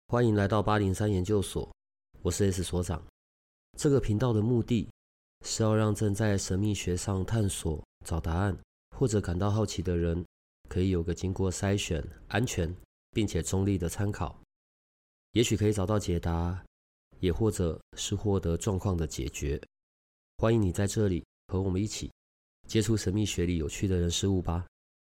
欢迎来到803研究所，我是 S 所长。这个频道的目的是要让正在神秘学上探索、找答案或者感到好奇的人，可以有个经过筛选、安全并且中立的参考，也许可以找到解答，也或者是获得状况的解决。欢迎你在这里和我们一起接触神秘学里有趣的人事物吧。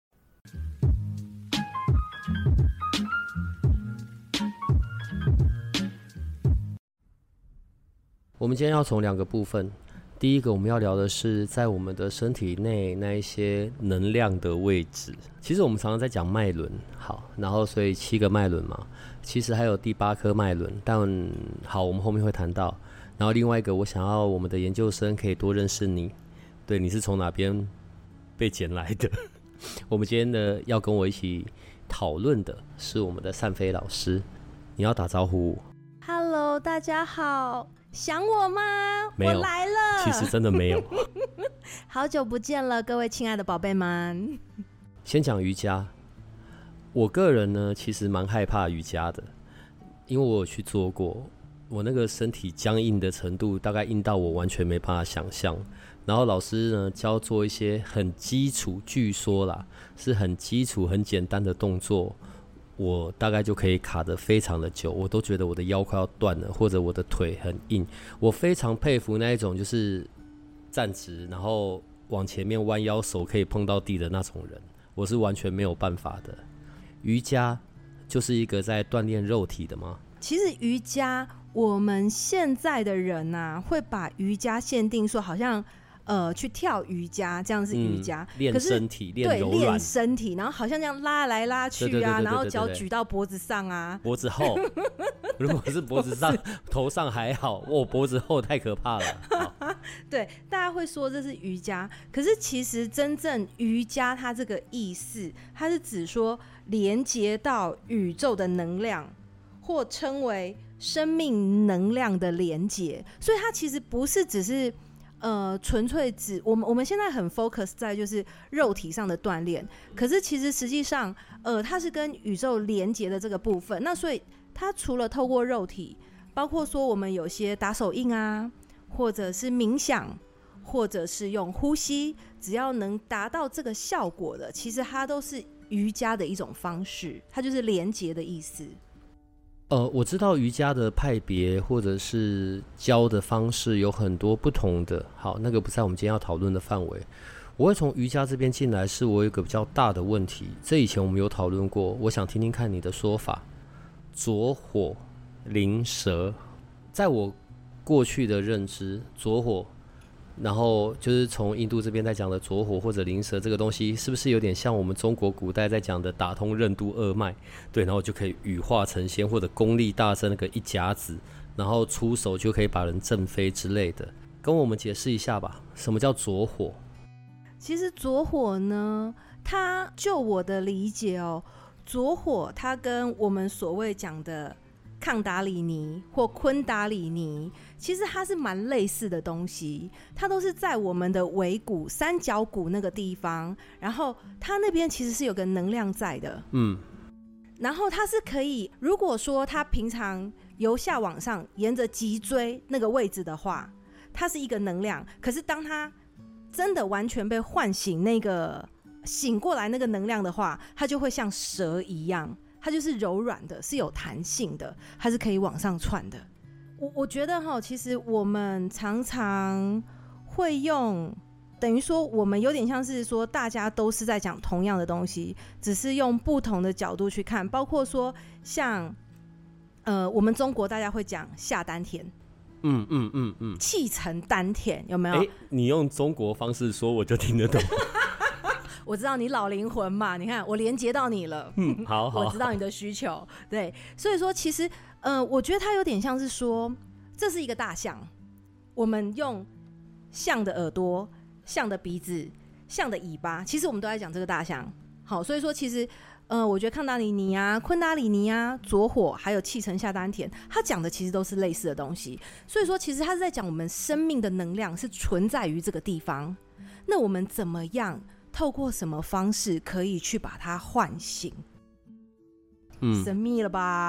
我们今天要从两个部分，第一个我们要聊的是在我们的身体内那一些能量的位置。其实我们常常在讲脉轮，好，然后所以7个脉轮嘛，其实还有第8颗脉轮，但好，我们后面会谈到。然后另外一个，我想要我们的研究生可以多认识你，对，你是从哪边被捡来的？我们今天呢要跟我一起讨论的是我们的善飞老师，你要打招呼。 Hello， 大家好，想我吗？ 没有， 我来了。 其实真的没有。 好久不见了，各位亲爱的宝贝们。 先讲瑜伽，我个人呢其实蛮害怕瑜伽的，因为我有去做过，我那个身体僵硬的程度大概硬到我完全没办法想象。然后老师呢教做一些很基础，据说啦是很基础很简单的动作，我大概就可以卡得非常的久，我都觉得我的腰快要断了，或者我的腿很硬。我非常佩服那一种就是站直然后往前面弯腰，手可以碰到地的那种人，我是完全没有办法的。瑜伽就是一个在锻炼肉体的吗？ 其实瑜伽，我们现在的人啊，会把瑜伽限定说好像去跳瑜伽，这样是瑜伽， 练身体，练柔软， 练身体，然后好像这样拉来拉去啊，然后脚举到脖子上啊， 脖子后。如果是脖子上，头上还好，脖子后太可怕了。 对，大家会说这是瑜伽，可是其实真正瑜伽它这个意思，它是指说连接到宇宙的能量，或称为生命能量的连接，所以它其实不是只是纯粹指我们现在很 focus 在就是肉体上的锻炼，可是其实实际上它是跟宇宙连接的这个部分。那所以它除了透过肉体，包括说我们有些打手印啊，或者是冥想，或者是用呼吸，只要能达到这个效果的，其实它都是瑜伽的一种方式，它就是连接的意思。 我知道瑜伽的派别或者是教的方式有很多不同的，好，那个不在我们今天要讨论的范围。我会从瑜伽这边进来，是我有一个比较大的问题，这以前我们有讨论过，我想听听看你的说法。左火灵蛇，在我过去的认知，左火，然后就是从印度这边在讲的左火或者灵蛇这个东西，是不是有点像我们中国古代在讲的打通任督二脉？对，然后就可以羽化成仙，或者功力大增那个一甲子，然后出手就可以把人震飞之类的。跟我们解释一下吧，什么叫左火？ 其实左火呢，它就我的理解左火它跟我们所谓讲的抗达里尼或昆达里尼，其实它是蛮类似的东西，它都是在我们的尾骨、三角骨那个地方，然后它那边其实是有个能量在的，然后它是可以，如果说它平常由下往上沿着脊椎那个位置的话，它是一个能量，可是当它真的完全被唤醒，那个醒过来那个能量的话，它就会像蛇一样，它就是柔软的，是有弹性的，它是可以往上窜的。我觉得其实我们常常会用，等于说我们有点像是说大家都是在讲同样的东西，只是用不同的角度去看，包括说像我们中国大家会讲下丹田，气沉丹田，有没有？ 你用中国方式说我就听得懂。 我知道你老灵魂嘛，你看我连接到你了。 好， 我知道你的需求。对，所以说其实我觉得它有点像是说，这是一个大象，我们用象的耳朵、象的鼻子、象的尾巴，其实我们都在讲这个大象。好，所以说其实我觉得抗达里尼啊、昆达里尼啊、左火还有气沉下丹田，它讲的其实都是类似的东西。所以说其实它是在讲我们生命的能量是存在于这个地方，那我们怎么样透过什么方式可以去把它唤醒？神秘了吧？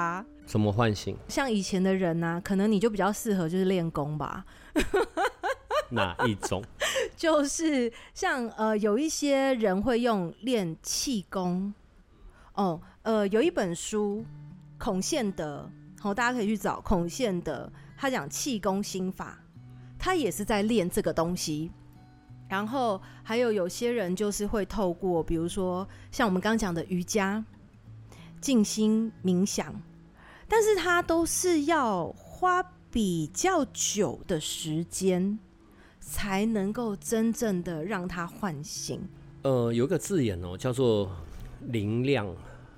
什么唤醒？ 像以前的人啊，可能你就比较适合就是练功吧。 哪一种？ 就是像有一些人会用练气功哦，有一本书孔宪德，大家可以去找孔宪德，他讲气功心法，他也是在练这个东西。然后还有些人就是会透过比如说像我们刚刚讲的瑜伽、静心冥想，但是他都是要花比较久的时间才能够真正的让它唤醒。 有一个字眼叫做灵量，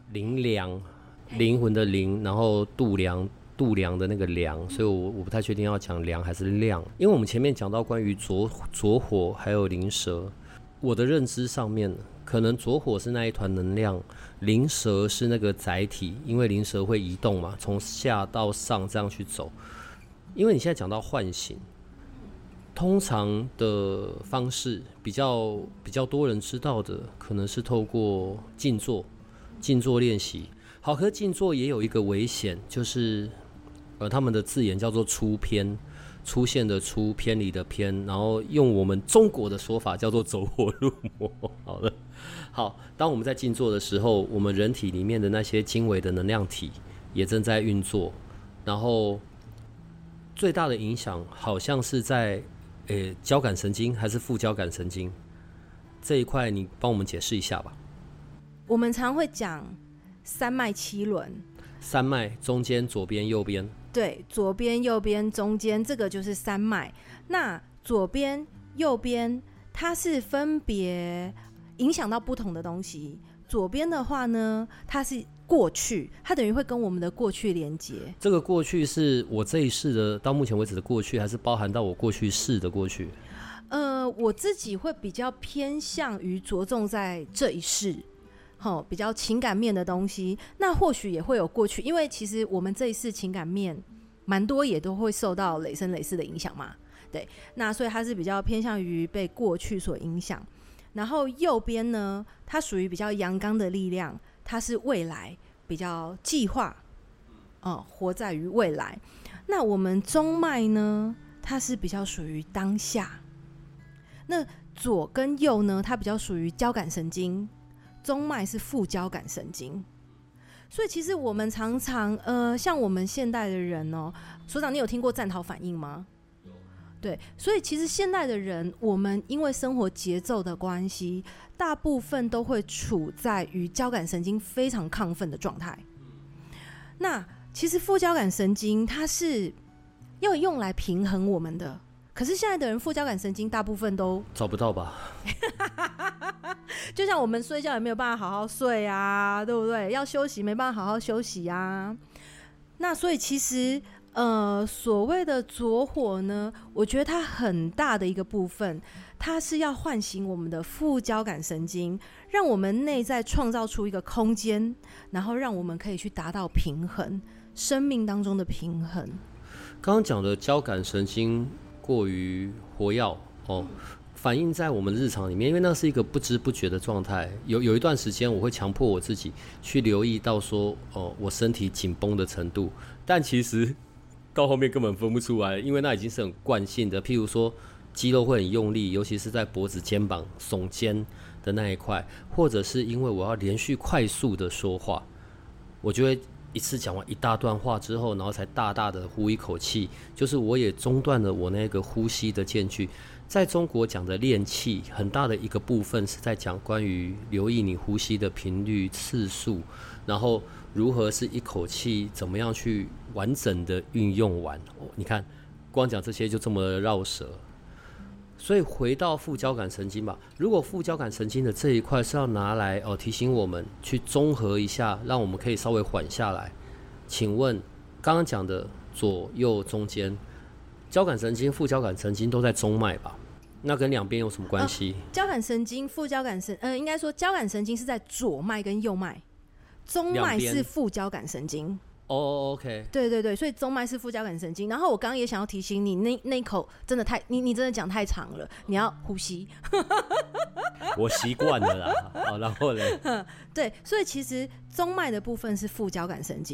灵魂的灵，然后度量的那个量，所以我不太确定要讲量还是量，因为我们前面讲到关于浊火还有灵蛇，我的认知上面可能浊火是那一团能量，灵蛇是那个载体，因为灵蛇会移动嘛，从下到上这样去走。因为你现在讲到唤醒，通常的方式比较多人知道的，可能是透过静坐练习。好，可是静坐也有一个危险，就是他们的字眼叫做出偏，出现的出，偏离的偏，然后用我们中国的说法叫做走火入魔。好了，好，当我们在静坐的时候，我们人体里面的那些精微的能量体也正在运作，然后最大的影响好像是在交感神经还是副交感神经这一块，你帮我们解释一下吧。 我们常会讲三脉七轮， 三脉中间、左边、右边。 对，左边、右边、中间，这个就是三脉。那左边、右边，它是分别影响到不同的东西。左边的话呢，它是过去，它等于会跟我们的过去连接。 这个过去是我这一世的到目前为止的过去，还是包含到我过去世的过去？ 我自己会比较偏向于着重在这一世。比较情感面的东西，那或许也会有过去，因为其实我们这一世情感面蛮多也都会受到累生累世的影响嘛，对，那所以它是比较偏向于被过去所影响。然后右边呢，它属于比较阳刚的力量，它是未来，比较计划，活在于未来。那我们中脉呢，它是比较属于当下。那左跟右呢，它比较属于交感神经，中脉是副交感神经。所以其实我们常常像我们现代的人所长，你有听过战逃反应吗？对，所以其实现代的人，我们因为生活节奏的关系，大部分都会处在于交感神经非常亢奋的状态。那其实副交感神经它是要用来平衡我们的，可是现在的人副交感神经大部分都找不到吧？ 就像我们睡觉也没有办法好好睡啊，对不对？要休息没办法好好休息啊。那所以其实所谓的着火呢，我觉得它很大的一个部分，它是要唤醒我们的副交感神经，让我们内在创造出一个空间，然后让我们可以去达到平衡，生命当中的平衡。 刚刚讲的交感神经过于活跃反映在我们日常里面，因为那是一个不知不觉的状态。有一段时间，我会强迫我自己去留意到说，我身体紧绷的程度，但其实到后面根本分不出来，因为那已经是很惯性的。譬如说，肌肉会很用力，尤其是在脖子、肩膀、耸肩的那一块，或者是因为我要连续快速的说话，我就会一次讲完一大段话之后，然后才大大的呼一口气，就是我也中断了我那个呼吸的间距。在中国讲的练气，很大的一个部分是在讲关于留意你呼吸的频率、次数，然后如何是一口气怎么样去完整的运用完。你看，光讲这些就这么绕舌。所以回到副交感神经吧，如果副交感神经的这一块是要拿来提醒我们去综合一下，让我们可以稍微缓下来，请问刚刚讲的左右中间交感神经、副交感神经都在中脉吧？那跟两边有什么关系？ 交感神经、副交感应该说交感神经是在左脉跟右脉，中脉是副交感神经。 OK， 对对对，所以中脉是副交感神经。然后我刚刚也想要提醒你，那一口真的你真的讲太长了，你要呼吸。 我习惯了啦。然后嘞， 对，所以其实中脉的部分是副交感神经，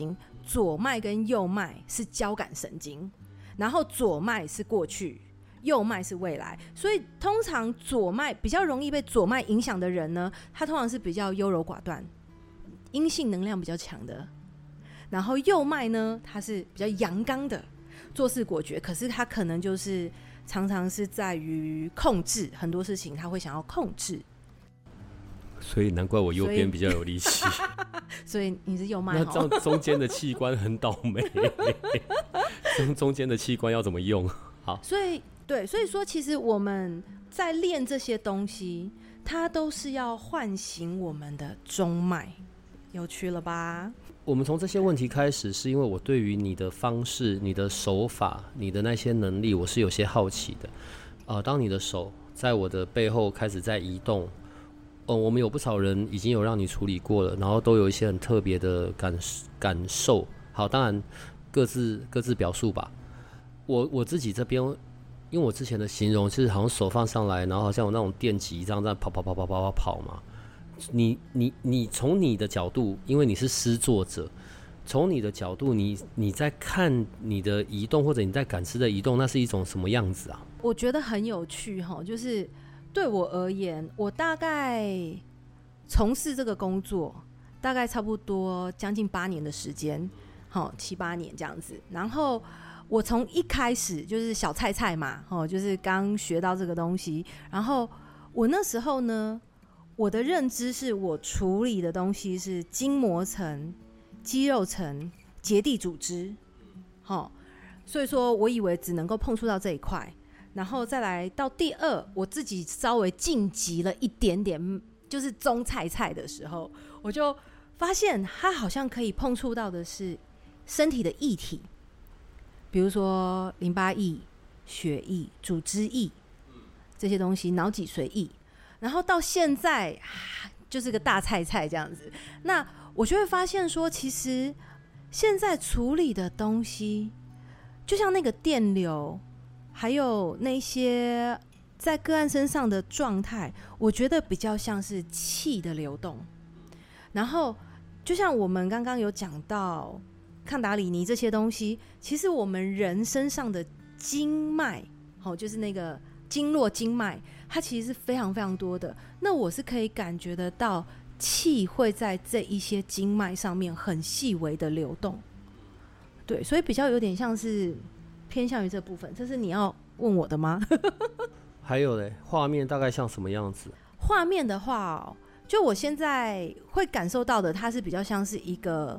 左脉跟右脉是交感神经，然后左脉是过去，右脉是未来，所以通常左脉比较容易被左脉影响的人呢，他通常是比较优柔寡断，阴性能量比较强的。然后右脉呢，他是比较阳刚的，做事果决，可是他可能就是常常是在于控制很多事情，他会想要控制。 所以难怪我右边比较有力气。 所以你是右脉， 那这样中间的器官很倒霉。中间的器官要怎么用？好， 所以说，其实我们在练这些东西，它都是要唤醒我们的中脉。有趣了吧？ 我们从这些问题开始，是因为我对于你的方式、你的手法、你的那些能力，我是有些好奇的。当你的手在我的背后开始在移动，我们有不少人已经有让你处理过了，然后都有一些很特别的感受。好，当然各自表述吧。我自己这边，因为我之前的形容是好像手放上来，然后好像有那种电击这样在跑嘛。你从你的角度，因为你是施作者，从你的角度，你在看你的移动或者你在感知的移动，那是一种什么样子啊？ 我觉得很有趣哈，就是对我而言，我大概从事这个工作大概差不多将近8年的时间，7、8年这样子。然后我从一开始就是小菜嘛，就是刚学到这个东西。然后我那时候呢，我的认知是我处理的东西是筋膜层、肌肉层、结缔组织，所以说我以为只能够碰触到这一块。然后再来到第二，我自己稍微晋级了一点点，就是中菜的时候，我就发现它好像可以碰触到的是身体的液体，比如说淋巴液、血液、组织液这些东西，脑脊髓液。然后到现在就是个大菜这样子，那我就会发现说，其实现在处理的东西，就像那个电流，还有那些在个案身上的状态，我觉得比较像是气的流动。然后就像我们刚刚有讲到抗达里尼这些东西，其实我们人身上的经脉，就是那个经络经脉，它其实是非常非常多的。那我是可以感觉得到气会在这一些经脉上面很细微的流动。对，所以比较有点像是偏向于这部分。这是你要问我的吗？ 还有嘞，画面大概像什么样子？ 画面的话，就我现在会感受到的，它是比较像是一个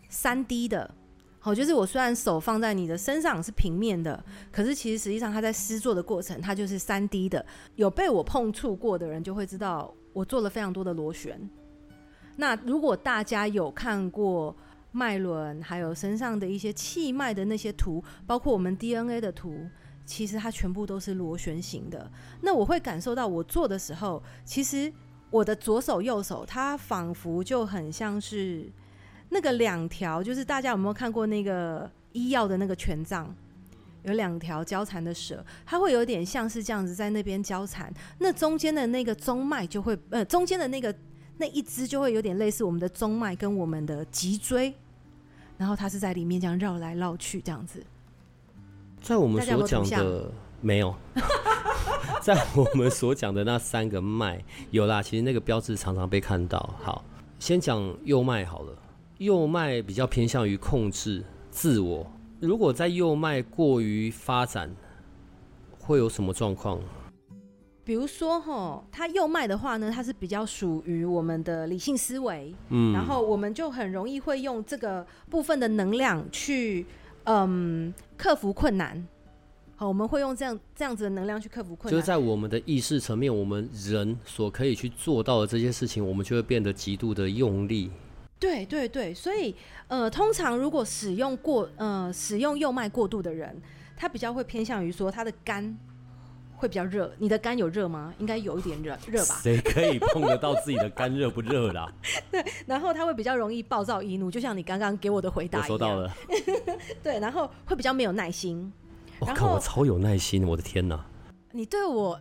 3D 的。就是我虽然手放在你的身上是平面的，可是其实实际上它在施作的过程，它就是3D 的。有被我碰触过的人就会知道，我做了非常多的螺旋。那如果大家有看过脉轮，还有身上的一些气脉的那些图，包括我们 DNA 的图，其实它全部都是螺旋形的。那我会感受到我做的时候，其实我的左手右手，它仿佛就很像是那个2条，就是大家有没有看过那个医药的那个权杖，有2条交缠的蛇，它会有点像是这样子在那边交缠。那中间的那个中脉就会，中间的那一支就会有点类似我们的中脉跟我们的脊椎，然后它是在里面这样绕来绕去这样子。 在我们所讲的没有，在我们所讲的那3个脉有啦，其实那个标志常常被看到。好，先讲右脉好了。右脉比较偏向于控制自我，如果在右脉过于发展，会有什么状况？ 比如说它右脉的话呢，它是比较属于我们的理性思维，然后我们就很容易会用这个部分的能量去克服困难。好，我们会用这样子的能量去克服困难， 就是在我们的意识层面，我们人所可以去做到的这些事情，我们就会变得极度的用力。 对对对，所以通常如果使用右脉过度的人，他比较会偏向于说他的肝会比较热。你的肝有热吗？应该有一点热吧？ 谁可以碰得到自己的肝热不热啦？ 对，然后他会比较容易暴躁易怒，就像你刚刚给我的回答一样。 我收到了。 对，然后会比较没有耐心。 我超有耐心，我的天哪！ 你对我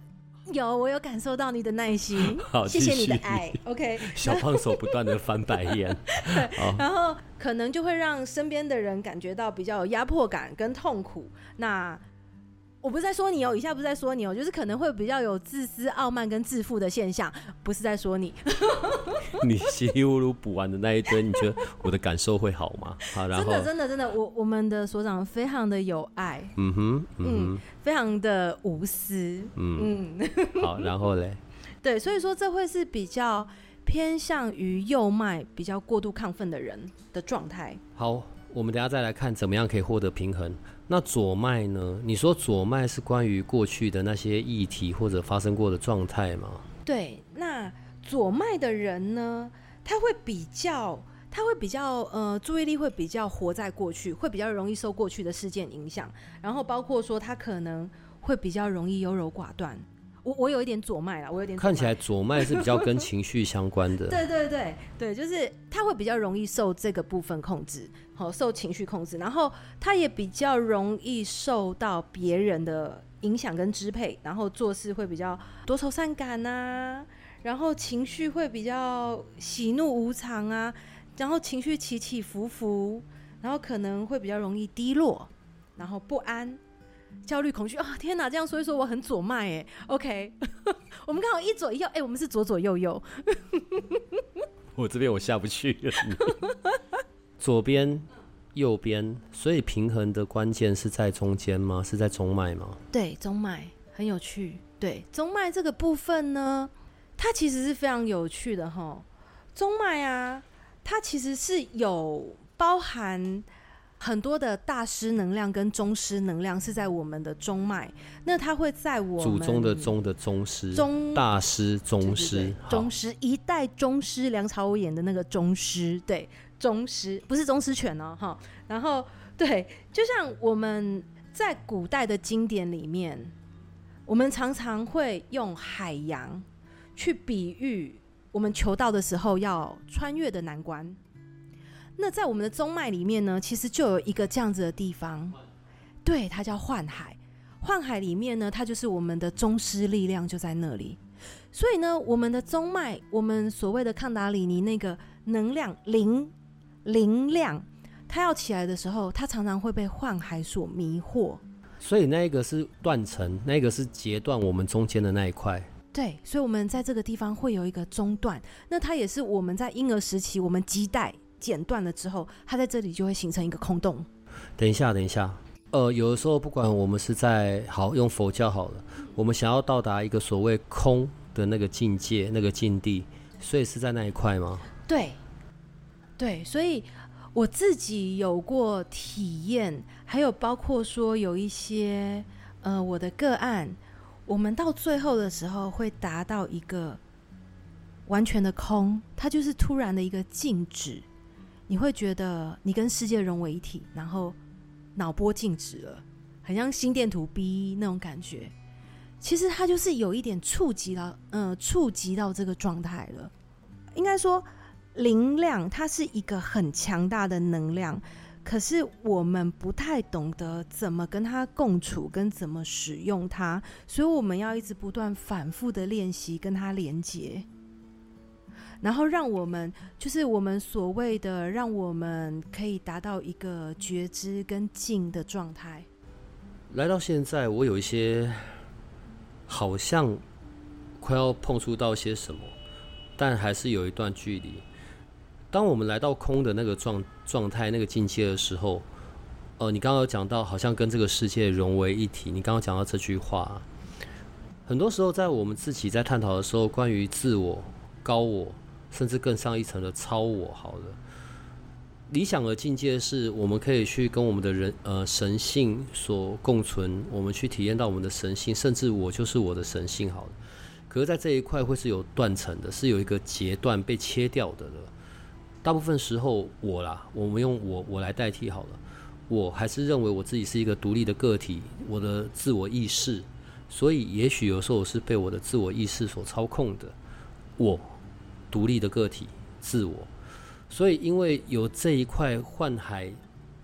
我有感受到你的耐心， 好， 谢谢你的继续爱。OK， 小胖手不断的翻白眼。 然后可能就会让身边的人感觉到比较有压迫感跟痛苦。那我不是在说你以下不是在说你就是可能会比较有自私、傲慢跟自负的现象，不是在说你。 你稀里糊涂补完的那一堆，你觉得我的感受会好吗？好，然后真的，我们的所长非常的有爱，非常的无私， 好，然后嘞， 对，所以说这会是比较偏向于右脉比较过度亢奋的人的状态。 好，我们等一下再来看怎么样可以获得平衡。那左脉呢？你说左脉是关于过去的那些议题或者发生过的状态吗？ 对，那左脉的人呢，他会比较注意力会比较活在过去，会比较容易受过去的事件影响，然后包括说他可能会比较容易优柔寡断。我有一点左脉啦，我有点左脉， 看起来左脉是比较跟情绪相关的。 对，就是他会比较容易受这个部分控制，受情绪控制，然后他也比较容易受到别人的影响跟支配，然后做事会比较多愁善感啊，然后情绪会比较喜怒无常啊，然后情绪起起伏伏，然后可能会比较容易低落，然后不安。焦虑、恐惧啊！天哪，这样说一说，我很左脉哎。OK， 我们刚好一左一右，我们是左左右右。 我这边我下不去了。左边、右边，所以平衡的关键是在中间吗？是在中脉吗？ 对，中脉很有趣。对，中脉这个部分呢，它其实是非常有趣的哈。中脉啊，它其实是有包含很多的大师能量跟中师能量是在我们的中脉，那它会在我们祖宗的宗的宗师，大师宗师，对， 宗师一代宗师，梁朝伟演的那个宗师，对，宗师不是宗师犬哦，哈。然后对，就像我们在古代的经典里面，我们常常会用海洋去比喻我们求道的时候要穿越的难关。那在我们的中脉里面呢，其实就有一个这样子的地方，对，它叫幻海。幻海里面呢，它就是我们的宗师力量就在那里。所以呢，我们的中脉，我们所谓的康达里尼那个能量灵量，它要起来的时候，它常常会被幻海所迷惑。 所以那一个是断层，那个是截断我们中间的那一块。 对，所以我们在这个地方会有一个中断，那它也是我们在婴儿时期我们脐带剪断了之后，它在这里就会形成一个空洞。 等一下，有的时候不管我们是在用佛教好了，我们想要到达一个所谓空的那个境界、那个境地，所以是在那一块吗？ 对，所以我自己有过体验，还有包括说有一些我的个案，我们到最后的时候会达到一个完全的空，它就是突然的一个静止。你会觉得你跟世界融为一体，然后脑波静止了，很像心电图 B 那种感觉。其实它就是有一点触及到这个状态了。应该说灵量它是一个很强大的能量，可是我们不太懂得怎么跟它共处跟怎么使用它，所以我们要一直不断反复的练习跟它连结，然后让我们就是我们所谓的让我们可以达到一个觉知跟静的状态。 来到现在，我有一些好像快要碰触到些什么，但还是有一段距离。当我们来到空的那个状态、那个境界的时候，你刚刚有讲到好像跟这个世界融为一体，你刚刚讲到这句话，很多时候在我们自己在探讨的时候，关于自我、高我，甚至更上一层的超我，好了，理想的境界是我们可以去跟我们的神性所共存，我们去体验到我们的神性，甚至我就是我的神性，好了。可是在这一块会是有断层的，是有一个截断被切掉的了。大部分时候我们用我来代替好了，我还是认为我自己是一个独立的个体，我的自我意识，所以也许有时候我是被我的自我意识所操控的，我独立的个体自我。所以因为有这一块幻海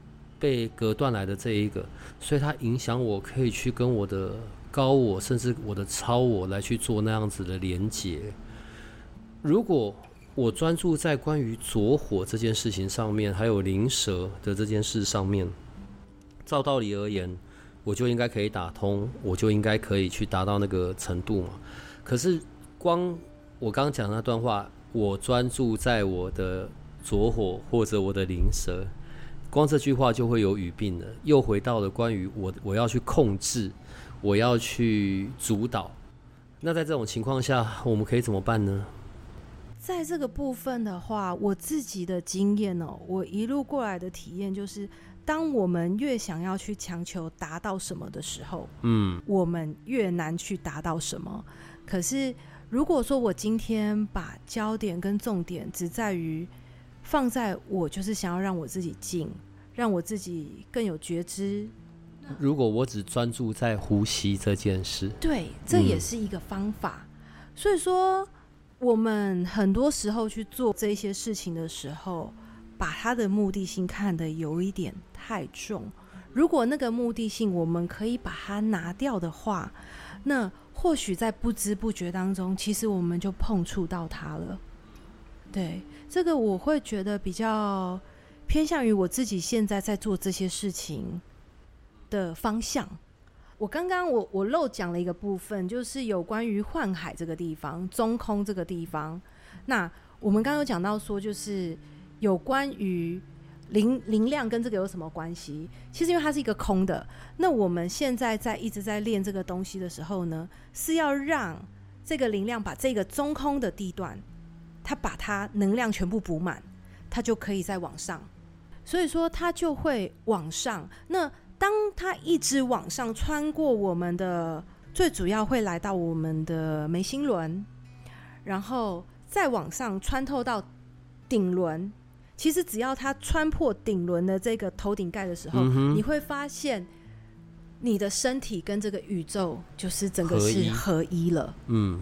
被隔断来的这一个，所以它影响我可以去跟我的高我甚至我的超我来去做那样子的连结。如果我专注在关于着火这件事情上面，还有灵蛇的这件事上面，照道理而言，我就应该可以打通，我就应该可以去达到那个程度嘛。可是光我刚刚讲的那段话，我专注在我的着火或者我的灵蛇，光这句话就会有语病了，又回到了关于我要去控制，我要去主导。那在这种情况下，我们可以怎么办呢？ 在这个部分的话，我自己的经验我一路过来的体验就是，当我们越想要去强求达到什么的时候，我们越难去达到什么。可是如果说我今天把焦点跟重点只在于放在我就是想要让我自己静，让我自己更有觉知， 如果我只专注在呼吸这件事， 对，这也是一个方法。所以说我们很多时候去做这些事情的时候，把它的目的性看得有一点太重。如果那个目的性我们可以把它拿掉的话，那或许在不知不觉当中，其实我们就碰触到它了。对，这个我会觉得比较偏向于我自己现在在做这些事情的方向。我刚刚我漏讲了一个部分，就是有关于幻海这个地方，中空这个地方。那我们刚刚有讲到说，就是有关于灵量跟这个有什么关系？其实因为它是一个空的，那我们现在一直在练这个东西的时候呢，是要让这个灵量把这个中空的地段，它把它能量全部补满，它就可以再往上。所以说它就会往上。那当它一直往上穿过我们的，最主要会来到我们的眉心轮，然后再往上穿透到顶轮。其实只要它穿破顶轮的这个头顶盖的时候，你会发现你的身体跟这个宇宙就是整个是合一了。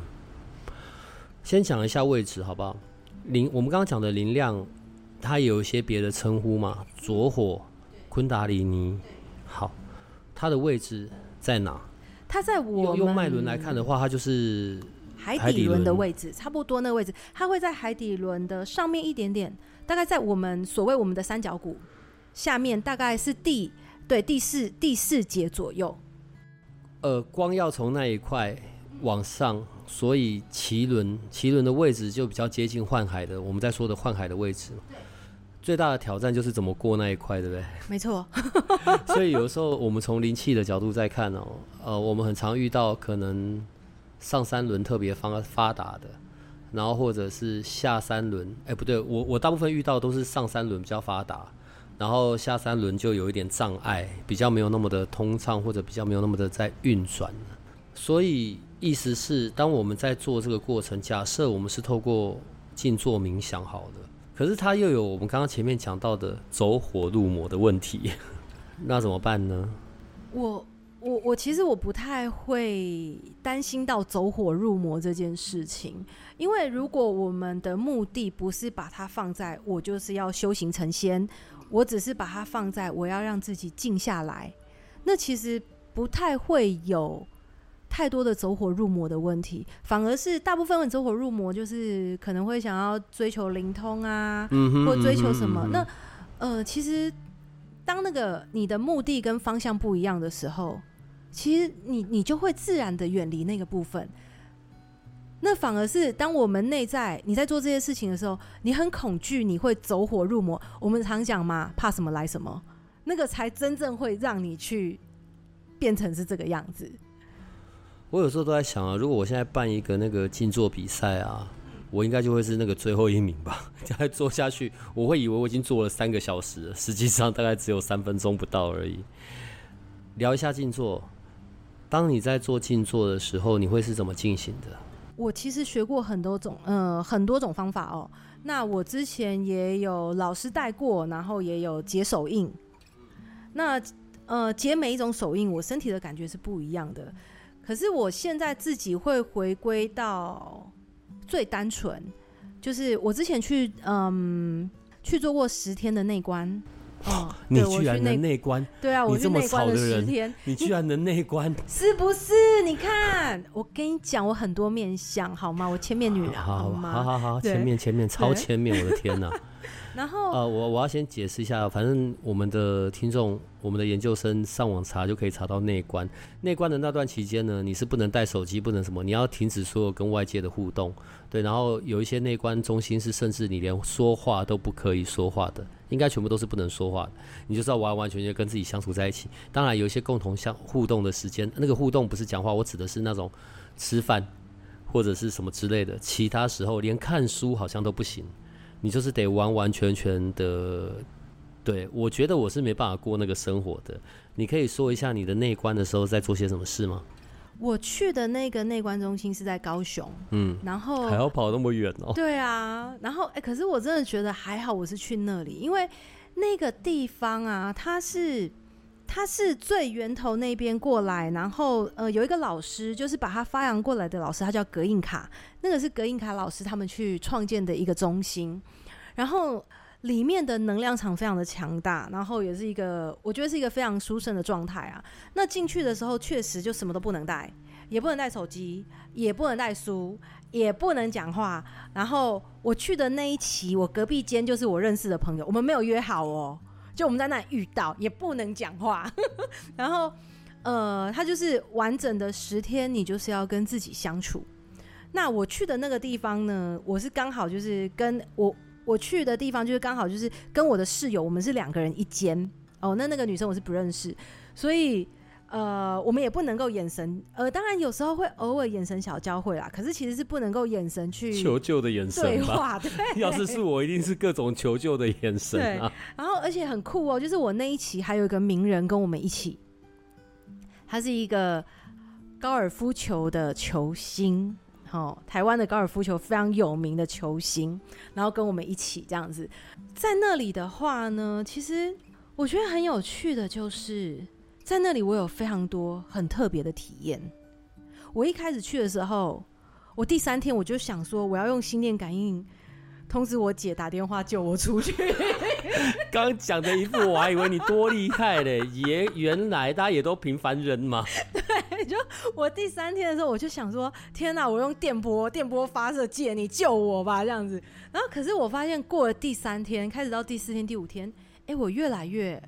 先讲一下位置好不好？我们刚刚讲的灵量，它也有一些别的称呼嘛，着火、昆达里尼。好，它的位置在哪？它在我们用脉轮来看的话，它就是海底轮的位置，差不多那个位置，它会在海底轮的上面一点点，大概在我们的三角骨下面，大概是第四节左右。 光要从那一块往上，所以脐轮的位置就比较接近幻海的，我们在说的幻海的位置。最大的挑战就是怎么过那一块，对不对？ 没错。 所以有时候我们从灵气的角度在看我们很常遇到可能上三轮特别发达的，然后或者是下三轮，不对，我大部分遇到都是上三轮比较发达，然后下三轮就有一点障碍，比较没有那么的通畅，或者比较没有那么的在运转。所以意思是，当我们在做这个过程，假设我们是透过静坐冥想好的，可是它又有我们刚刚前面讲到的走火入魔的问题，那怎么办呢？ 我其实我不太会担心到走火入魔这件事情，因为如果我们的目的不是把它放在我就是要修行成仙，我只是把它放在我要让自己静下来，那其实不太会有太多的走火入魔的问题，反而是大部分的走火入魔就是可能会想要追求灵通啊，或追求什么。那其实当那个你的目的跟方向不一样的时候，其实你就会自然的远离那个部分。那反而是当我们内在你在做这些事情的时候，你很恐惧你会走火入魔。我们常讲嘛，怕什么来什么，那个才真正会让你去变成是这个样子。 我有时候都在想如果我现在办一个那个静坐比赛我应该就会是那个最后一名吧。再做下去，我会以为我已经做了3个小时了，实际上大概只有3分钟不到而已。聊一下静坐，当你在做静坐的时候，你会是怎么进行的？ 我其实学过很多种方法那我之前也有老师带过，然后也有解手印。那解每一种手印，我身体的感觉是不一样的。可是我现在自己会回归到最单纯，就是我之前去做过10天的内观你居然能内观？ 对啊，我去内观了10天， 你居然能内观， 是不是？你看，我跟你讲，我很多面相，好吗？我千面女郎，好吗？ 好，前面超前面，我的天哪！ 然后我要先解释一下，反正我们的听众，我们的研究生上网查就可以查到内观。内观的那段期间呢，你是不能带手机，不能什么，你要停止所有跟外界的互动。对，然后有一些内观中心是甚至你连说话都不可以说话的，应该全部都是不能说话的，你就是要完完全全跟自己相处在一起。当然有一些共同互动的时间，那个互动不是讲话，我指的是那种吃饭或者是什么之类的，其他时候连看书好像都不行。你就是得完完全全的，对，我觉得我是没办法过那个生活的。你可以说一下你的内观的时候在做些什么事吗？ 我去的那个内观中心是在高雄，然后还要跑那么远哦。 对啊，然后可是我真的觉得还好，我是去那里，因为那个地方啊，它是最源头那边过来，然后有一个老师，就是把他发扬过来的老师，他叫格印卡，那个是格印卡老师他们去创建的一个中心，然后里面的能量场非常的强大，然后也是一个我觉得是一个非常殊胜的状态啊。那进去的时候确实就什么都不能带，也不能带手机，也不能带书，也不能讲话。然后我去的那一期，我隔壁间就是我认识的朋友，我们没有约好哦，就我们在那里遇到，也不能讲话。然后他就是完整的10天，你就是要跟自己相处。那我去的那个地方呢，我是刚好就是跟我去的地方就是刚好就是跟我的室友，我们是2个人一间哦。那个女生我是不认识，所以我们也不能够眼神当然有时候会偶尔眼神小交汇啦，可是其实是不能够眼神去求救的眼神对话。对， 要是我一定是各种求救的眼神啊。 对，然后而且很酷哦，就是我那一期还有一个名人跟我们一起，他是一个高尔夫球的球星。台湾的高尔夫球非常有名的球星，然后跟我们一起这样子，在那里的话呢，其实我觉得很有趣的就是在那里我有非常多很特别的体验。我一开始去的时候，我第3天我就想说我要用心电感应通知我姐打电话救我出去。 刚讲的一副我还以为你多厉害嘞，原来大家也都平凡人嘛。 对，就我第3天的时候，我就想说，天哪，我用电波发射界，你救我吧，这样子。然后，可是我发现过了第3天，开始到第4天、第5天，我越来越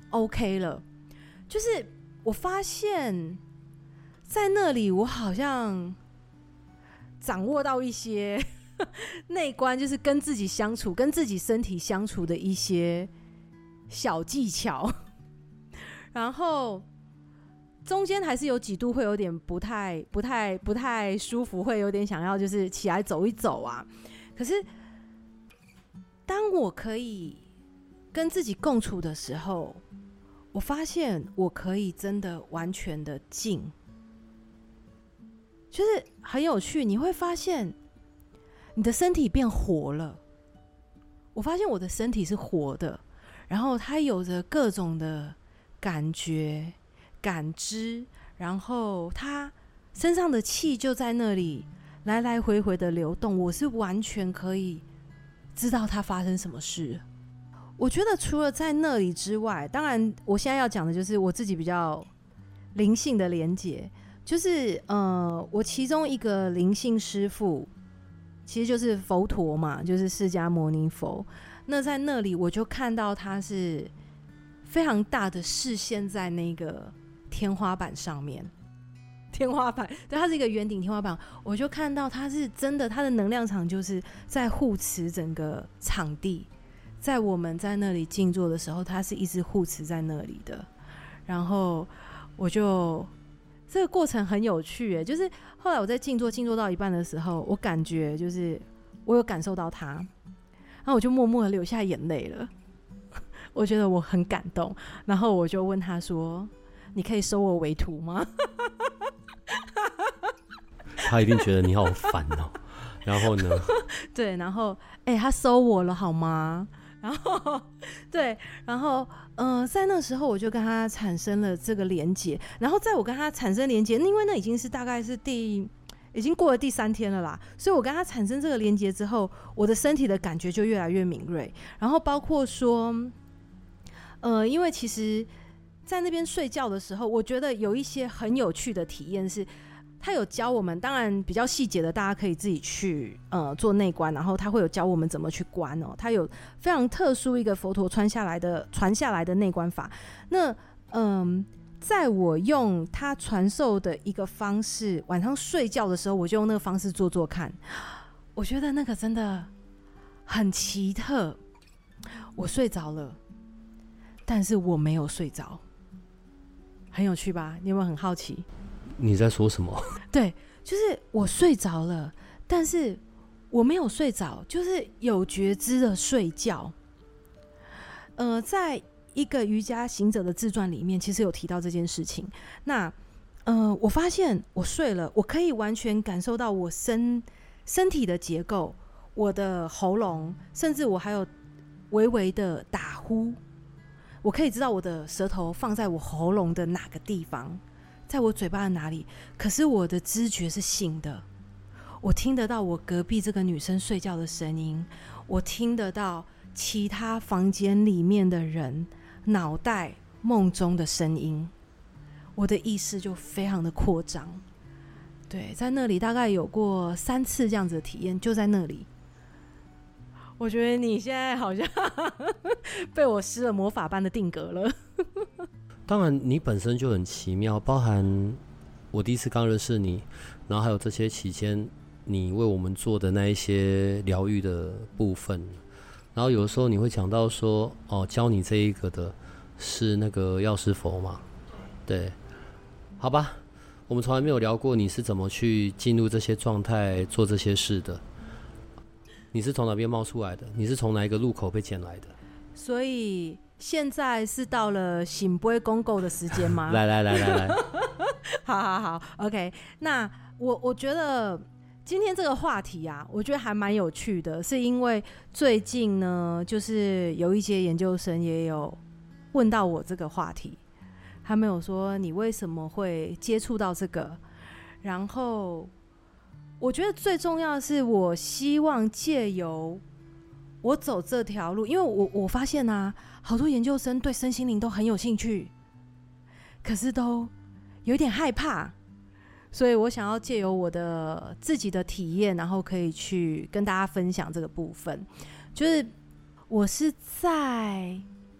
OK 了。就是我发现，在那里我好像掌握到一些内观，就是跟自己相处、跟自己身体相处的一些小技巧，然后中间还是有几度会有点不太舒服，会有点想要就是起来走一走啊。可是当我可以跟自己共处的时候，我发现我可以真的完全的静，就是很有趣，你会发现你的身体变活了。我发现我的身体是活的，然后它有着各种的感觉、感知，然后它身上的气就在那里来来回回的流动，我是完全可以知道它发生什么事。我觉得除了在那里之外，当然我现在要讲的就是我自己比较灵性的连结，就是我其中一个灵性师父其实就是佛陀嘛，就是释迦牟尼佛。那在那里我就看到他是非常大的视线在那个天花板上面，天花板，对，它是一个圆顶天花板，我就看到它是真的，它的能量场就是在护持整个场地，在我们在那里静坐的时候，它是一直护持在那里的。然后我就这个过程很有趣耶，就是后来我在静坐到一半的时候，我感觉就是我有感受到它，然后我就默默的流下眼泪了。我觉得我很感动，然后我就问他说：“你可以收我为徒吗？” 他一定觉得你好烦哦。然后呢？ 对，然后他收我了好吗？然后对，然后在那时候我就跟他产生了这个连结，然后在我跟他产生连结，因为那已经是大概是已经过了第3天了啦，所以我跟他产生这个连结之后，我的身体的感觉就越来越敏锐，然后包括说因为其实在那边睡觉的时候，我觉得有一些很有趣的体验是，他有教我们，当然比较细节的大家可以自己去做内观，然后他会有教我们怎么去观哦。他有非常特殊一个佛陀传下来的内观法。那在我用他传授的一个方式，晚上睡觉的时候，我就用那个方式做做看。我觉得那个真的很奇特。我睡着了，但是我没有睡着，很有趣吧？你有没有很好奇？ 你在说什么？ 对，就是我睡着了，但是我没有睡着，就是有觉知的睡觉。在一个瑜伽行者的自传里面，其实有提到这件事情。那我发现我睡了，我可以完全感受到我身体的结构，我的喉咙，甚至我还有微微的打呼，我可以知道我的舌头放在我喉咙的哪个地方，在我嘴巴的哪里。可是我的知觉是醒的，我听得到我隔壁这个女生睡觉的声音，我听得到其他房间里面的人脑袋梦中的声音，我的意识就非常的扩张。对，在那里大概有过3次这样子的体验，就在那里。我觉得你现在好像被我施了魔法般的定格了。 当然你本身就很奇妙，包含我第一次刚认识你，然后还有这些期间你为我们做的那一些疗愈的部分。然后有的时候你会讲到说，教你这一个的是那个药师佛嘛？对，好吧，我们从来没有聊过你是怎么去进入这些状态做这些事的。你是从哪边冒出来的？你是从哪一个路口被捡来的？ 所以现在是到了醒杯公购的时间吗？ 来， 好 ，OK。那我觉得今天这个话题啊，我觉得还蛮有趣的，是因为最近呢，就是有一些研究生也有问到我这个话题，他们有说你为什么会接触到这个，然后我觉得最重要的是，我希望借由我走这条路，因为我发现啊，好多研究生对身心灵都很有兴趣，可是都有点害怕，所以我想要借由我的自己的体验，然后可以去跟大家分享这个部分。就是我是在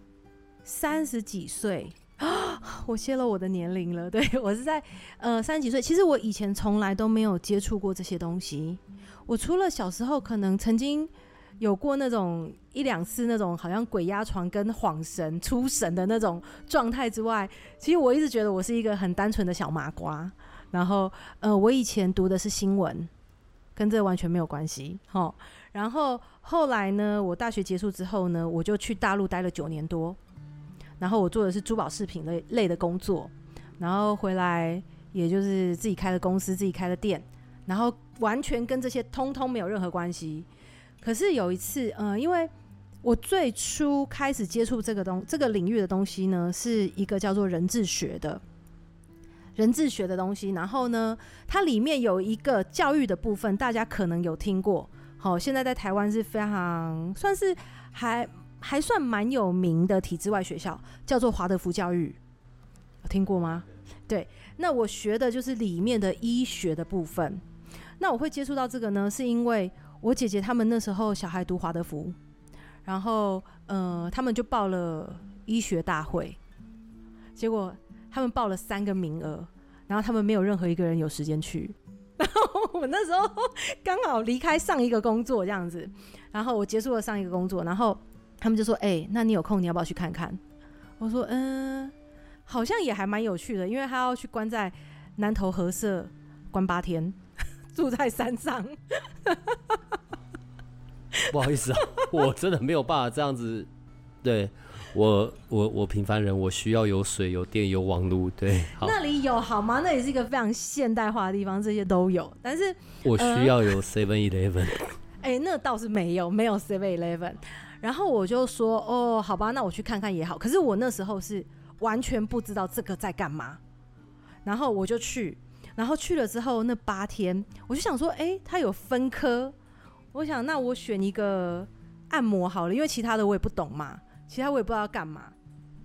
30几岁。我泄露我的年龄了，对，我是在30几岁。其实我以前从来都没有接触过这些东西。我除了小时候可能曾经有过那种1、2次那种好像鬼压床跟恍神出神的那种状态之外，其实我一直觉得我是一个很单纯的小麻瓜。然后我以前读的是新闻，跟这完全没有关系。然后后来呢，我大学结束之后呢，我就去大陆待了9年多。然后我做的是珠宝饰品类的工作，然后回来也就是自己开了公司，自己开了店，然后完全跟这些通通没有任何关系。可是有一次，因为我最初开始接触这个领域的东西呢，是一个叫做人智学的东西。然后呢，它里面有一个教育的部分，大家可能有听过。现在在台湾是非常算是还算蛮有名的体制外学校，叫做华德福教育，有听过吗？对，那我学的就是里面的医学的部分。那我会接触到这个呢，是因为我姐姐他们那时候小孩读华德福，然后他们就报了医学大会，结果他们报了3个名额，然后他们没有任何一个人有时间去。然后我那时候刚好离开上一个工作这样子，然后我结束了上一个工作，然后他们就说那你有空你要不要去看看？我说好像也还蛮有趣的，因为他要去关在南投河社关8天，住在山上。 不好意思啊，我真的没有办法这样子。对，我平凡人，我需要有水、有电、有网路。对，好， 那里有好吗？那也是一个非常现代化的地方，这些都有。但是我需要有 7-Eleven。 那倒是没有 7-Eleven。然后我就说好吧，那我去看看也好。可是我那时候是完全不知道这个在干嘛，然后我就去，然后去了之后那8天，我就想说它有分科，我想那我选一个按摩好了，因为其他的我也不懂嘛，其他我也不知道要干嘛。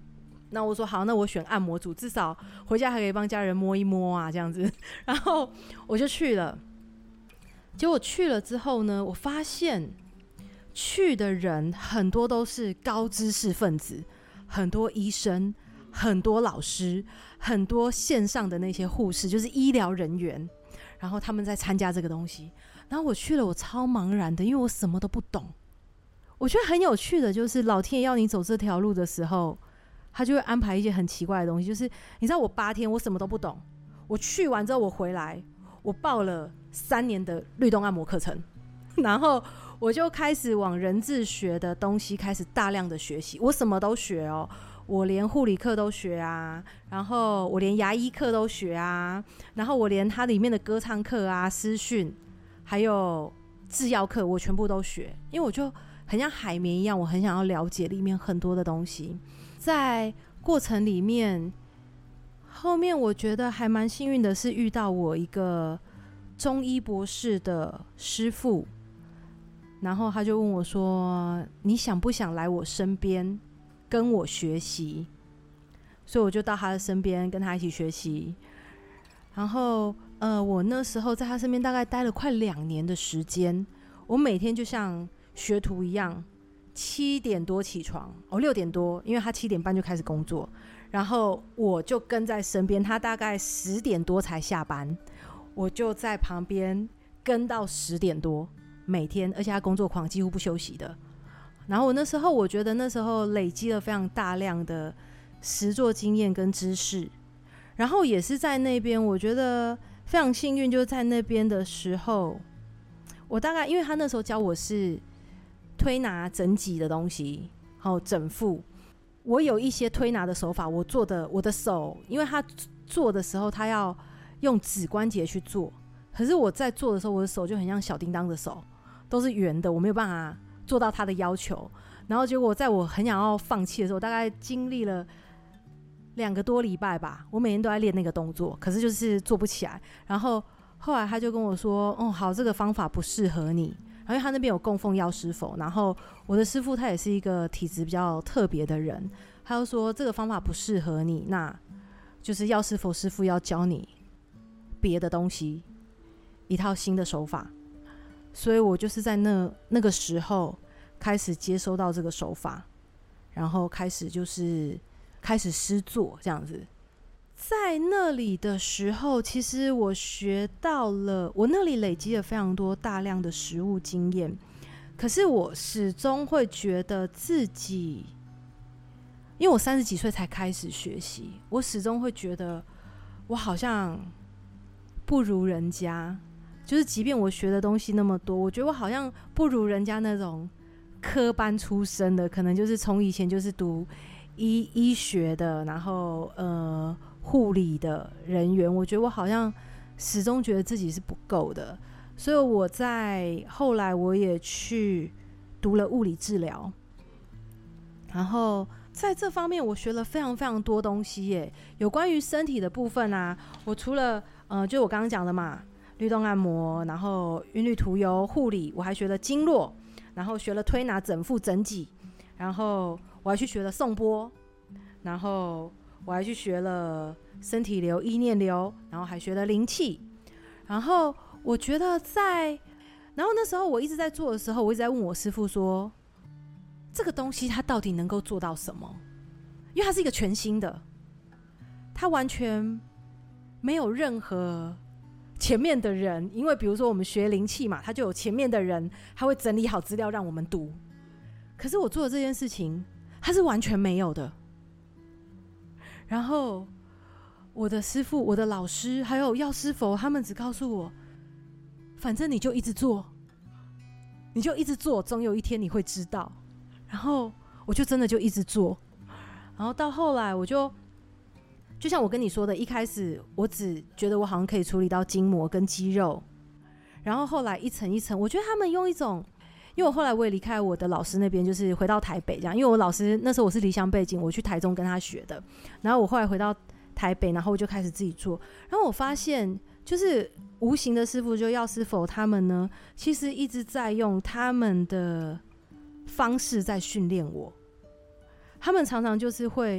那我说好，那我选按摩组，至少回家还可以帮家人摸一摸啊，这样子。然后我就去了。结果去了之后呢，我发现去的人很多都是高知识分子，很多医生，很多老师，很多线上的那些护士，就是医疗人员，然后他们在参加这个东西。然后我去了，我超茫然的，因为我什么都不懂。我觉得很有趣的就是老天爷要你走这条路的时候，他就会安排一些很奇怪的东西。就是你知道我8天我什么都不懂，我去完之后我回来，我报了3年的律动按摩课程，然后我就开始往人智学的东西开始大量的学习。我什么都学哦，我连护理课都学啊，然后我连牙医课都学啊，然后我连它里面的歌唱课啊、师训还有制药课我全部都学，因为我就很像海绵一样，我很想要了解里面很多的东西。在过程里面，后面我觉得还蛮幸运的是遇到我一个中医博士的师父，然后他就问我说你想不想来我身边跟我学习，所以我就到他的身边跟他一起学习。然后我那时候在他身边大概待了快2年的时间，我每天就像学徒一样，7点多起床，6点多，因为他7点半就开始工作，然后我就跟在身边，他大概10点多才下班，我就在旁边跟到10点多，每天，而且他工作狂，几乎不休息的。然后我觉得那时候累积了非常大量的实作经验跟知识，然后也是在那边，我觉得非常幸运，就是在那边的时候，我大概因为他那时候教我是推拿整脊的东西，还有整腹。我有一些推拿的手法，我的手，因为他做的时候他要用指关节去做，可是我在做的时候，我的手就很像小叮当的手，都是圆的，我没有办法做到他的要求。然后结果在我很想要放弃的时候，大概经历了2个多礼拜吧，我每天都在练那个动作，可是就是做不起来。然后后来他就跟我说，好，这个方法不适合你。然后因为他那边有供奉药师佛，然后我的师父他也是一个体质比较特别的人，他就说这个方法不适合你，那就是药师佛师父要教你别的东西，一套新的手法。所以我就是在那个时候开始接收到这个手法，然后开始施作这样子。在那里的时候，其实我学到了，我那里累积了非常多大量的实务经验，可是我始终会觉得自己，因为我30几岁才开始学习，我始终会觉得我好像不如人家，就是即便我学的东西那么多，我觉得我好像不如人家那种科班出身的，可能就是从以前就是读医学的，然后护理的人员，我觉得我好像始终觉得自己是不够的，所以我在后来我也去读了物理治疗，然后在这方面我学了非常非常多东西耶。有关于身体的部分啊，我除了就我刚刚讲的嘛，律动按摩，然后韵律涂油护理，我还学了经络，然后学了推拿整腹整脊，然后我还去学了颂钵，然后我还去学了身体流、意念流，然后还学了灵气。然后我觉得然后那时候我一直在做的时候，我一直在问我师父说，这个东西它到底能够做到什么？因为它是一个全新的，它完全没有任何前面的人，因为比如说我们学灵气嘛，它就有前面的人，他会整理好资料让我们读。可是我做的这件事情，它是完全没有的。然后我的师父、我的老师还有药师佛，他们只告诉我，反正你就一直做，你就一直做，总有一天你会知道。然后我就真的就一直做，然后到后来我就像我跟你说的，一开始我只觉得我好像可以处理到筋膜跟肌肉，然后后来一层一层，我觉得他们用一种，因为我后来我也离开我的老师那边，就是回到台北这样，因为我老师那时候我是离乡背景，我去台中跟他学的，然后我后来回到台北，然后我就开始自己做，然后我发现就是无形的师父就药师佛他们呢，其实一直在用他们的方式在训练我，他们常常就是会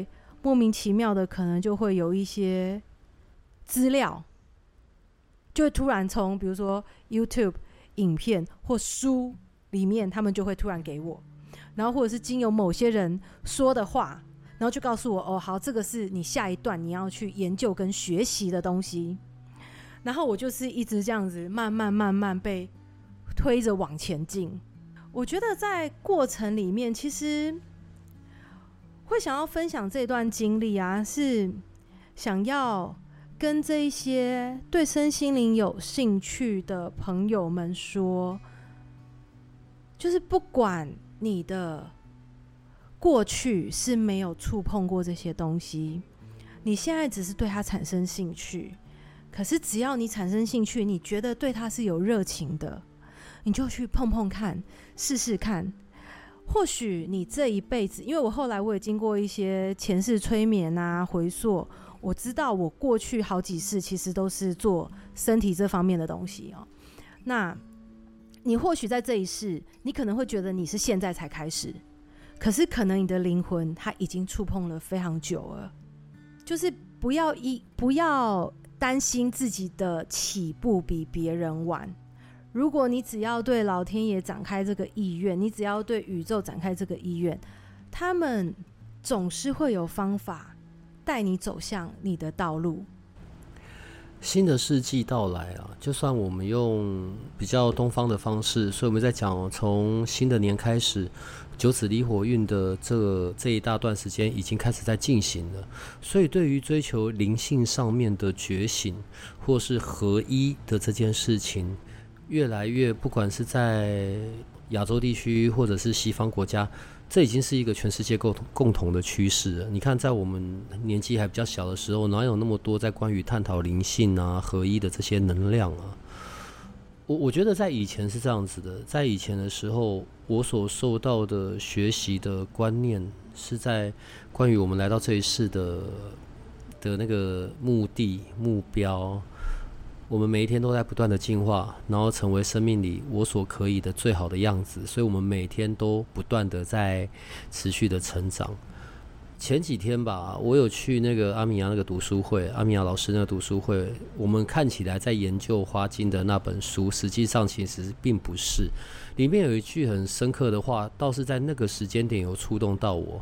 莫名其妙的可能就会有一些资料，就会突然从比如说 YouTube 影片或书里面，他们就会突然给我，然后或者是经由某些人说的话，然后就告诉我，哦，好，这个是你下一段你要去研究跟学习的东西。然后我就是一直这样子慢慢被推着往前进。我觉得在过程里面，其实会想要分享这段经历啊，是想要跟这一些对身心灵有兴趣的朋友们说，就是不管你的过去是没有触碰过这些东西，你现在只是对它产生兴趣，可是只要你产生兴趣，你觉得对它是有热情的，你就去碰碰看，试试看。或许你这一辈子，因为我后来我也经过一些前世催眠啊回溯，我知道我过去好几世其实都是做身体这方面的东西哦。那你或许在这一世，你可能会觉得你是现在才开始，可是可能你的灵魂它已经触碰了非常久了。就是不要担心自己的起步比别人晚。如果你只要对老天爷展开这个意愿，你只要对宇宙展开这个意愿，他们总是会有方法带你走向你的道路。 新的世纪到来啊，就算我们用比较东方的方式，所以我们在讲从新的年开始，九子离火运的这一大段时间已经开始在进行了。所以对于追求灵性上面的觉醒或是合一的这件事情，越来越不管是在亚洲地区或者是西方国家，这已经是一个全世界共同的趋势了。你看在我们年纪还比较小的时候，哪有那么多在关于探讨灵性啊合一的这些能量啊。我觉得在以前是这样子的，在以前的时候，我所受到的学习的观念是在关于我们来到这一世的那个目的目标，我们每一天都在不断的进化，然后成为生命里我所可以的最好的样子，所以我们每天都不断的在持续的成长。前几天吧，我有去那个阿米亚那个读书会，阿米亚老师那个读书会，我们看起来在研究花精的那本书，实际上其实并不是。里面有一句很深刻的话，倒是在那个时间点有触动到我。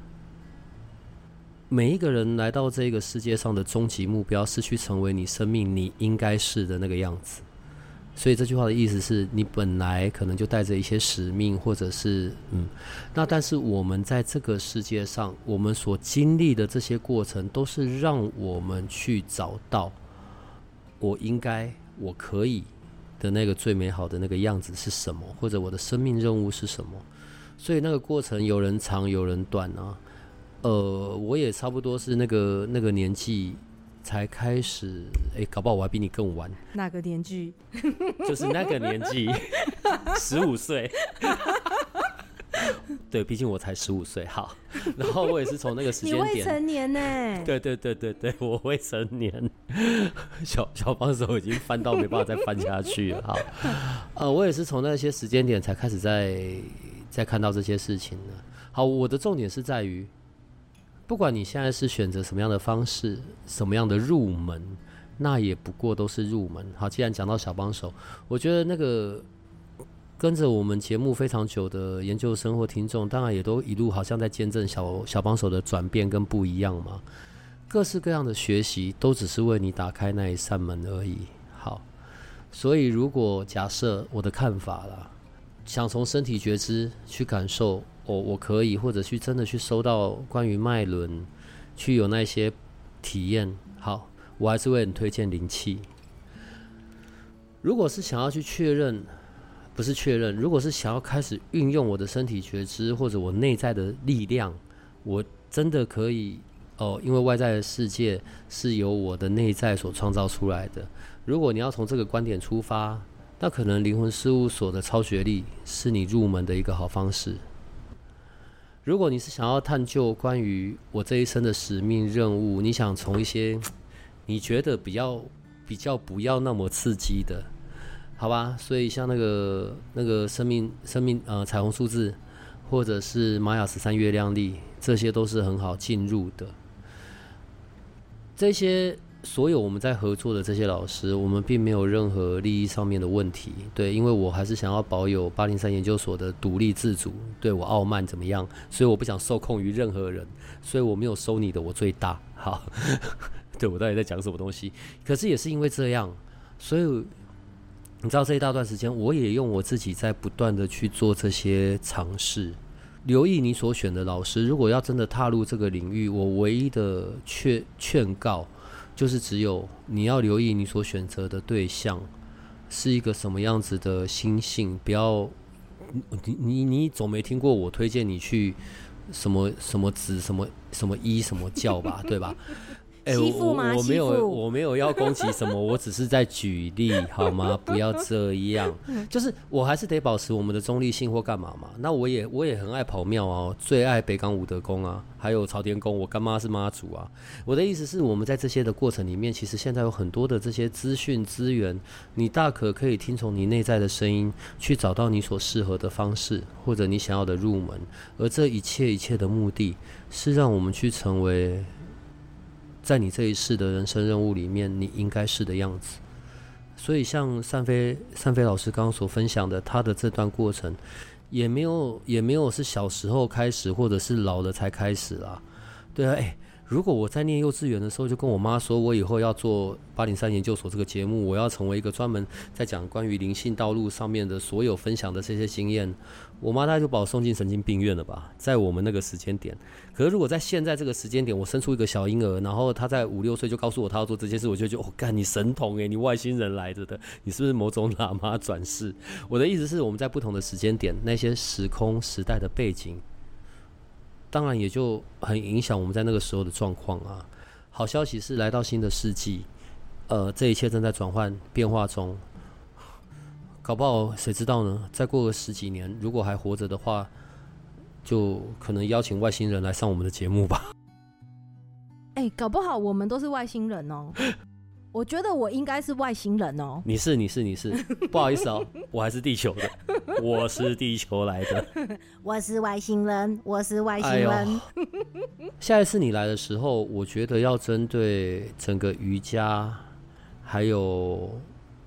每一个人来到这个世界上的终极目标是去成为你生命你应该是的那个样子。所以这句话的意思是你本来可能就带着一些使命，或者是那但是我们在这个世界上，我们所经历的这些过程都是让我们去找到我应该我可以的那个最美好的那个样子是什么，或者我的生命任务是什么。所以那个过程有人长有人短啊。我也差不多是那个年纪才开始，搞不好我还比你更晚。 哪个年纪？ 就是那个年纪，15岁。对，毕竟我才15岁。好，然后我也是从那个时间点。 你未成年呢？ 对，我未成年。小帮手已经翻到没办法再翻下去了。好，我也是从那些时间点才开始在看到这些事情的。好，我的重点是在于，不管你现在是选择什么样的方式，什么样的入门，那也不过都是入门。好，既然讲到小帮手，我觉得那个跟着我们节目非常久的研究生或听众，当然也都一路好像在见证小帮手的转变跟不一样嘛。各式各样的学习都只是为你打开那一扇门而已。好，所以如果假设我的看法啦，想从身体觉知去感受，我可以，或者去真的去收到关于脉轮，去有那些体验。好，我还是会很推荐灵气。如果是想要去确认，不是确认，如果是想要开始运用我的身体觉知或者我内在的力量，我真的可以因为外在的世界是由我的内在所创造出来的。如果你要从这个观点出发，那可能灵魂事务所的超学历是你入门的一个好方式。如果你是想要探究关于我这一生的使命任务，你想从一些你觉得比较不要那么刺激的，好吧？所以像那个生命彩虹数字，或者是玛雅13月亮历，这些都是很好进入的。 这些所有我们在合作的这些老师，我们并没有任何利益上面的问题，对，因为我还是想要保有803研究所的独立自主，对，我傲慢怎么样，所以我不想受控于任何人，所以我没有收你的，我最大，好，对，我到底在讲什么东西？可是也是因为这样，所以你知道这一大段时间，我也用我自己在不断的去做这些尝试。留意你所选的老师，如果要真的踏入这个领域，我唯一的劝告就是只有你要留意你所选择的对象是一个什么样子的心性，不要你总没听过我推荐你去什么什么子什么什么医什么教吧，对吧？我没有要攻击什么，我只是在举例好吗？不要这样，就是我还是得保持我们的中立性或干嘛嘛。那我也很爱跑庙啊，最爱北港武德宫啊，还有朝天宫，我干妈是妈祖啊。我的意思是我们在这些的过程里面，其实现在有很多的这些资讯资源，你大可以听从你内在的声音，去找到你所适合的方式，或者你想要的入门。而这一切的目的是让我们去成为在你这一世的人生任务里面你应该是的样子。所以像善飞老师刚刚所分享的，他的这段过程也没有是小时候开始或者是老了才开始啦。对啊，如果我在念幼稚园的时候就跟我妈说我以后要做803研究所这个节目，我要成为一个专门在讲关于灵性道路上面的所有分享的这些经验，我妈大概就把我送进神经病院了吧，在我们那个时间点。可是如果在现在这个时间点，我生出一个小婴儿，然后他在5、6岁就告诉我他要做这件事，我就觉得干你神童你外星人来着的，你是不是某种喇嘛转世？我的意思是我们在不同的时间点，那些时空时代的背景当然也就很影响我们在那个时候的状况啊。好消息是来到新的世纪，这一切正在转换变化中，搞不好谁知道呢？再过个10几年，如果还活着的话，就可能邀请外星人来上我们的节目吧。 搞不好我们都是外星人哦。我觉得我应该是外星人哦。 你是，不好意思哦，我还是地球的，我是地球来的。 我是外星人，我是外星人。 下一次你来的时候，我觉得要针对整个瑜伽，还有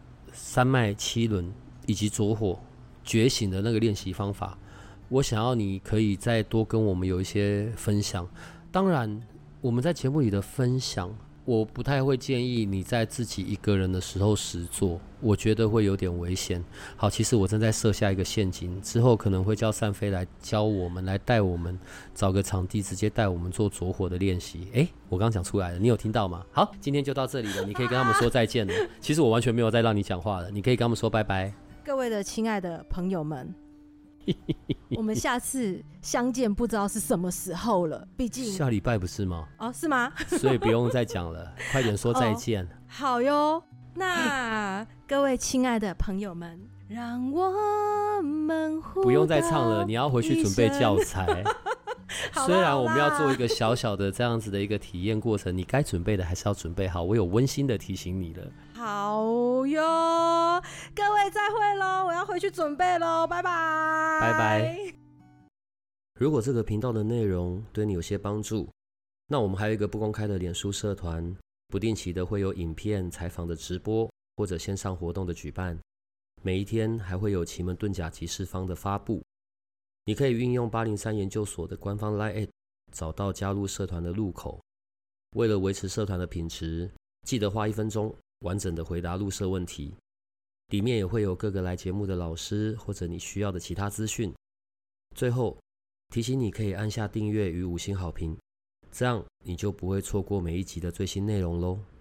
3脉7轮以及着火觉醒的那个练习方法，我想要你可以再多跟我们有一些分享。当然，我们在节目里的分享，我不太会建议你在自己一个人的时候实做，我觉得会有点危险。好，其实我正在设下一个陷阱，之后可能会叫善飞来教我们，来带我们找个场地，直接带我们做着火的练习。我刚讲出来了，你有听到吗？好，今天就到这里了，你可以跟他们说再见了。其实我完全没有再让你讲话了，你可以跟他们说拜拜。 各位的亲爱的朋友们，我们下次相见不知道是什么时候了，毕竟下礼拜不是吗？ 是吗？ 所以不用再讲了，快点说再见。 好哟，那各位亲爱的朋友们，让我们互道不用再唱了，你要回去准备教材。虽然我们要做一个小小的这样子的一个体验过程，你该准备的还是要准备好，我有温馨的提醒你了。 好哟，各位再会咯，我要回去准备咯，拜拜拜拜。如果这个频道的内容对你有些帮助，那我们还有一个不公开的脸书社团，不定期的会有影片采访的直播或者线上活动的举办，每一天还会有奇门遁甲集市方的发布。你可以运用803研究所的官方 LINE@ 找到加入社团的入口。为了维持社团的品质，记得花1分钟完整的回答入社问题，里面也会有各个来节目的老师或者你需要的其他资讯。最后提醒你可以按下订阅与5星好评，这样你就不会错过每一集的最新内容咯。